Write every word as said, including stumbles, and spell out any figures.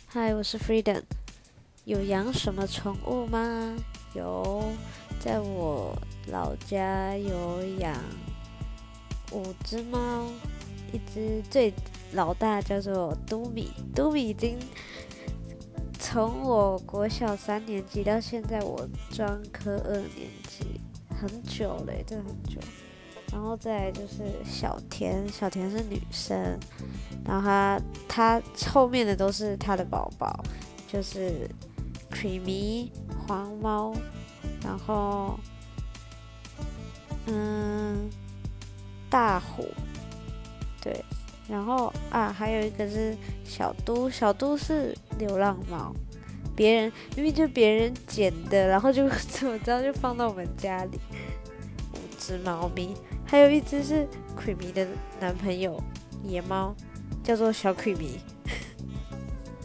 嗨，我是 Freedom。有养什么宠物吗？有，在我老家有养五只猫，一只最老大叫做都米，都米已经从我国小三年级到现在我专科二年级，很久了耶，真的很久。然后再来就是小田，小田是女生，然后她她后面的都是她的宝宝，就是 Creamy 黄猫，然后嗯大虎，对，然后啊还有一个是小都，小都是流浪猫，别人明明就别人捡的，然后就怎么知道就放到我们家里，五只猫咪，还有一只是 Creamy 的男朋友野猫，叫做小 Creamy。